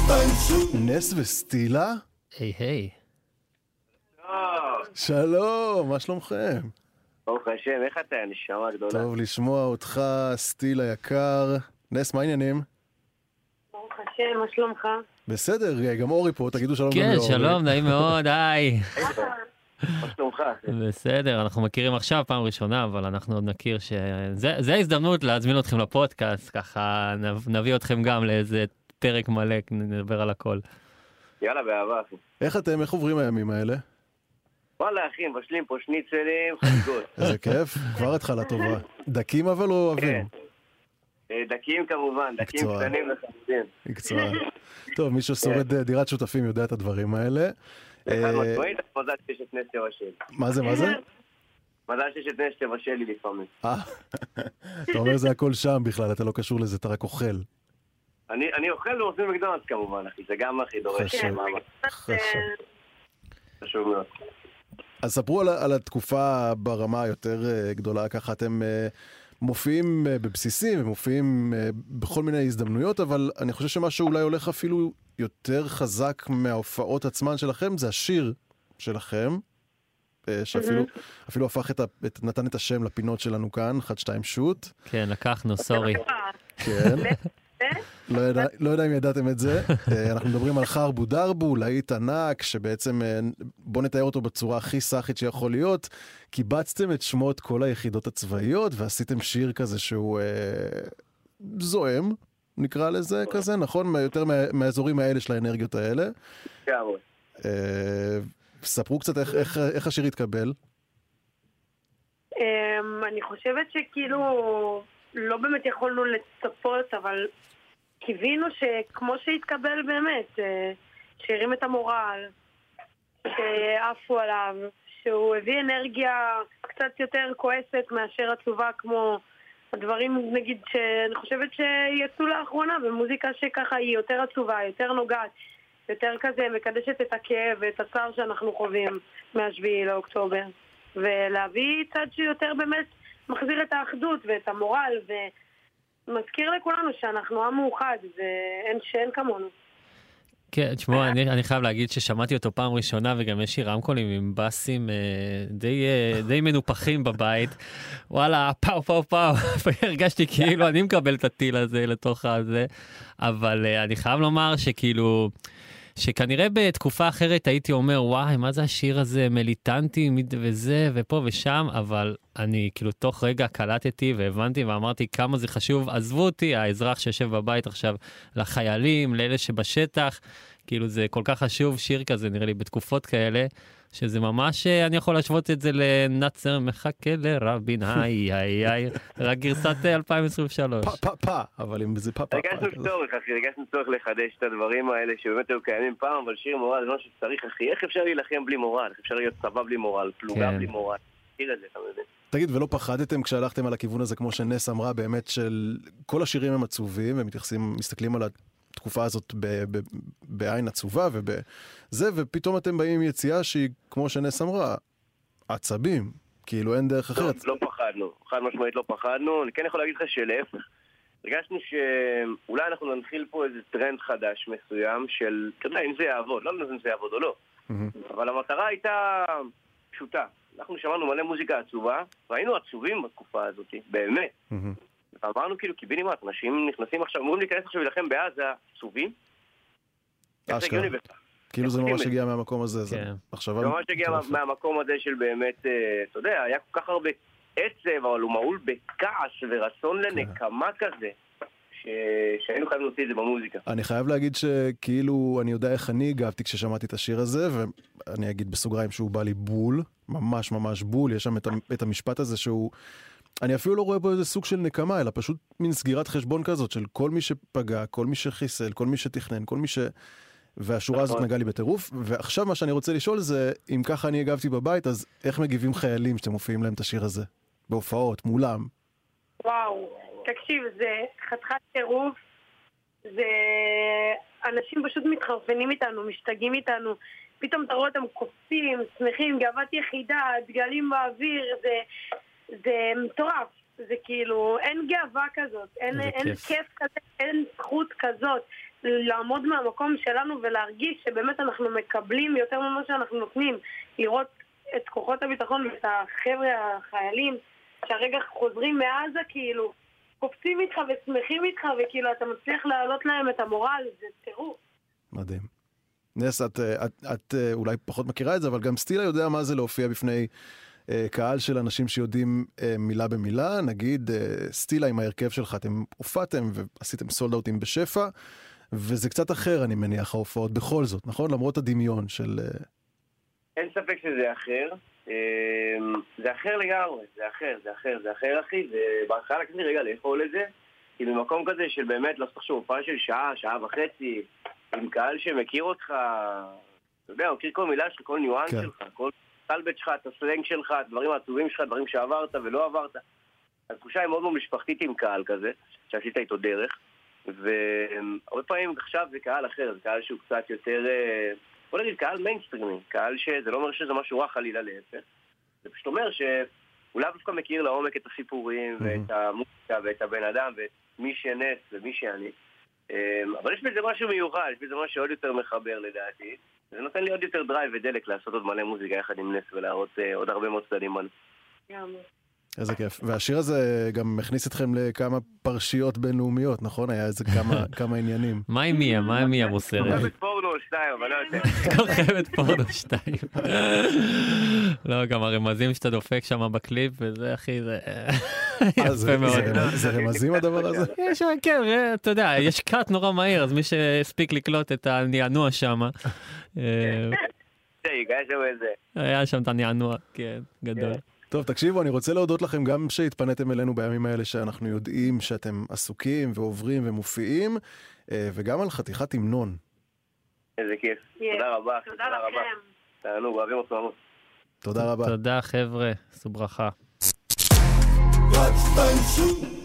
נס וסטילה? היי היי. שלום, מה שלומכם? ברוך השם, איך אתה? נשמה גדולה. טוב לשמוע אותך, סטילה יקר. נס, מה העניינים? ברוך השם, מה שלומך? בסדר, גם אורי פה, תגידו שלום גם כן, לאורי. שלום, נעים מאוד, היי. מה שלומך? בסדר, אנחנו מכירים עכשיו פעם ראשונה, אבל אנחנו עוד נכיר זה ההזדמנות להזמין אתכם לפודקאסט, ככה נביא אתכם גם לאיזה פרק מלא, נדבר על הכל. יאללה, באהבה. איך עוברים הימים האלה? וואלה, אחי, מבשלים פה שניצלים, חגיגות. איזה כיף, כבר התחלה טובה. דקים אבל או אוהבים? דקים כמובן, דקים מקצוע. קטנים לחמודים. מקצוע. טוב, מי ששורד דירת שותפים יודע את הדברים האלה. משמעית, מזל שיש את נס תבשל. מה זה? מזל שיש את נס תבשל לי לפעמים. אתה אומר זה הכל שם בכלל, אתה לא קשור לזה, אתה רק אוכל. אני אוכל ועושים מקדונלדס כמובן, אחי, זה גם הכי דורש. חשוב מאוד. אז ספרו על התקופה ברמה היותר גדולה, ככה אתם מופיעים בבסיסים, מופיעים בכל מיני הזדמנויות, אבל אני חושב שמה שאולי הולך אפילו יותר חזק מההופעות עצמן שלכם, זה השיר שלכם, שאפילו הפך נתן את השם לפינות שלנו כאן, 1, 2 שוט. כן, לקחנו, סורי. כן. לא יודע אם ידעתם את זה. אנחנו מדברים על חרבו דרבו, להיט ענק, שבעצם בוא נתאר אותו בצורה הכי סאחית שיכול להיות. קיבצתם את שמות כל היחידות הצבאיות, ועשיתם שיר כזה שהוא זועם, נקרא לזה כזה, נכון? יותר מהאזורים האלה של האנרגיות האלה. ספרו קצת איך השיר התקבל. אני חושבת שכאילו לא באמת יכולנו לצפות, אבל קיווינו שכמו שהתקבל באמת, שהרים את המורל, שעפו עליו, שהוא הביא אנרגיה קצת יותר כועסת מאשר עצובה, כמו הדברים נגיד שאני חושבת שיצאו לאחרונה במוזיקה שככה היא יותר עצובה, יותר נוגעת, יותר כזה מקדשת את הכאב ואת הצער שאנחנו חווים מה-7 לאוקטובר, ולהביא צד שיותר באמת מחזיר את האחדות ואת המורל ומזכיר לכולנו שאנחנו עם מאוחד שאין כמונו. כן, תשמעו, אני חייב להגיד ששמעתי אותו פעם ראשונה, וגם יש לי רמקולים עם בסים די מנופחים בבית. וואלה, פאו פאו פאו, והרגשתי כאילו אני מקבל את הטיל הזה לתוך הזה, אבל אני חייב לומר שכאילו, שכנראה בתקופה אחרת הייתי אומר, וואי, מה זה השיר הזה, מיליטנטי וזה ופה ושם, אבל אני כאילו תוך רגע קלטתי והבנתי ואמרתי כמה זה חשוב, עזבו אותי, האזרח שיושב בבית עכשיו, לחיילים, לאלה שבשטח, כאילו זה כל כך חשוב, שיר כזה נראה לי בתקופות כאלה, שזה ממש, אני יכול להשוות את זה לנצר מחכה לרבין, היי, רק גרסת 2023. אבל אם זה פאפה. הרגשנו צורך לחדש את הדברים האלה שבאמת היו קיימים פעם, אבל שיר מורל זה לא שצריך, אחי, איך אפשר להילחם בלי מורל? איך אפשר להיות צבא בלי מורל, פלוגה בלי מורל? תראה את זה, אתה מבין? תגיד, ולא פחדתם כשהלכתם על הכיוון הזה, כמו שנס אמרה, באמת של כל השירים הם עצובים, הם מסתכלים על התקופה הזאת בעין עצובה ובזה, ופתאום אתם באים עם יציאה שהיא, כמו שנס אמרה, עצבים, כאילו אין דרך אחרת. לא פחדנו, חד משמעית לא פחדנו, אני כן יכול להגיד לך שלהפך. הרגשנו שאולי אנחנו ננחיל פה איזה טרנד חדש מסוים של, אתה יודע, אם זה יעבוד, לא יודע אם זה יעבוד או לא, אבל המטרה הייתה פשוטה. אנחנו שמענו מלא מוזיקה עצובה, והיינו עצובים בתקופה הזאת, באמת. אמרנו כאילו, קיבינימט, אנשים נכנסים עכשיו, אמורים להיכנס עכשיו ולכם בעזה, עצובים? אשכרה. כאילו זה ממש הגיע מהמקום הזה. זה ממש הגיע מהמקום הזה של באמת, אתה יודע, היה כל כך הרבה עצב, אבל הוא מעול בכעס ורצון לנקמה כזה, שהיינו חייבים להוציא את זה במוזיקה. אני חייב להגיד שכאילו, אני יודע איך אני הגבתי כששמעתי את השיר הזה, ואני אגיד בסוגריים שהוא בא לי בול, ממש ממש בול, יש שם את המשפט הזה שהוא, אני אפילו לא רואה בו איזה סוג של נקמה, אלא פשוט מין סגירת חשבון כזאת של כל מי שפגע, כל מי שחיסל, כל מי שתכנן, כל מי והשורה הזאת נגעה לי בטירוף, ועכשיו מה שאני רוצה לשאול זה, אם ככה אני הגבתי בבית, אז איך מגיבים חיילים שאתם מופיעים להם את השיר הזה? בהופעות, מולם? וואו, תקשיב, זה חתיכת טירוף, זה אנשים פשוט מתחרפנים איתנו, משתגעים איתנו, פתאום אתה רואה אותם קופצים, שמחים, גאוות יחידה, דגלים באוויר, זה מטורף. זה כאילו, אין גאווה כזאת, אין כיף כזה, אין זכות כזאת. לעמוד מהמקום שלנו ולהרגיש שבאמת אנחנו מקבלים יותר ממה שאנחנו נותנים. לראות את כוחות הביטחון ואת החבר'ה החיילים שהרגע חוזרים מעזה, כאילו, קופצים איתך ושמחים איתך, וכאילו אתה מצליח להעלות להם את המורל, זה טירוף. מדהים. נס, את אולי פחות מכירה את זה, אבל גם סטילה יודע מה זה להופיע בפני קהל של אנשים שיודעים מילה במילה. נגיד, סטילה עם ההרכב שלך, אתם הופעתם ועשיתם סולד-אוטים בשפע, וזה קצת אחר, אני מניח, ההופעות בכל זאת, נכון? למרות הדמיון של... אין ספק שזה אחר. זה אחר לגמרי, זה אחר, אחי. ובהתחלה לקחתי רגע לאכול את זה, כי במקום כזה של באמת, לא צריך הופעה של שעה וחצי, עם קהל שמכיר אותך, אתה יודע, מכיר כל מילה שלך, כל ניואנס שלך, כל טלבט שלך, את הסלנג שלך, את דברים העצובים שלך, דברים שעברת ולא עברת. התחושה היא מאוד מאוד משפחתית עם קהל כזה, שעשית איתו דרך, והרבה פעמים עכשיו זה קהל אחר, זה קהל שהוא קצת יותר, בוא נגיד קהל מיינסטרימי, קהל שזה לא אומר שזה משהו רע חלילה להפך, זה פשוט אומר שאולי דווקא מכיר לעומק את הסיפורים ואת המוזיקה ואת הבן אדם ואת מי שנס ומי שאני, אבל יש בזה משהו מיוחד, יש בזה משהו שעוד יותר מחבר לדעתי, זה נותן לי עוד יותר דרייב ודלק לעשות עוד מלא מוזיקה יחד עם נס ולהראות עוד הרבה מאוד צדדים בנו. איזה כיף. והשיר הזה גם מכניס אתכם לכמה פרשיות בינלאומיות, נכון? היה איזה כמה עניינים. מה עם מיה מוסרת? חייבת פורנו 2, אבל לא יותר. כל חייבת פורנו 2. לא, גם הרמזים שאתה דופק שם בקליפ, וזה אחי, זה יפה מאוד. זה רמזים הדבר הזה? כן, אתה יודע, יש קאט נורא מהיר, אז מי שהספיק לקלוט את הנענוע שם. היה שם את הנענוע, כן, גדול. טוב, תקשיבו, אני רוצה להודות לכם גם שהתפניתם אלינו בימים האלה שאנחנו יודעים שאתם עסוקים ועוברים ומופיעים, וגם על חתיכת המנון. איזה כיף. תודה רבה. תודה לכם. תענו, אוהבים אותנו מאוד. תודה רבה. תודה חבר'ה, עשו ברכה.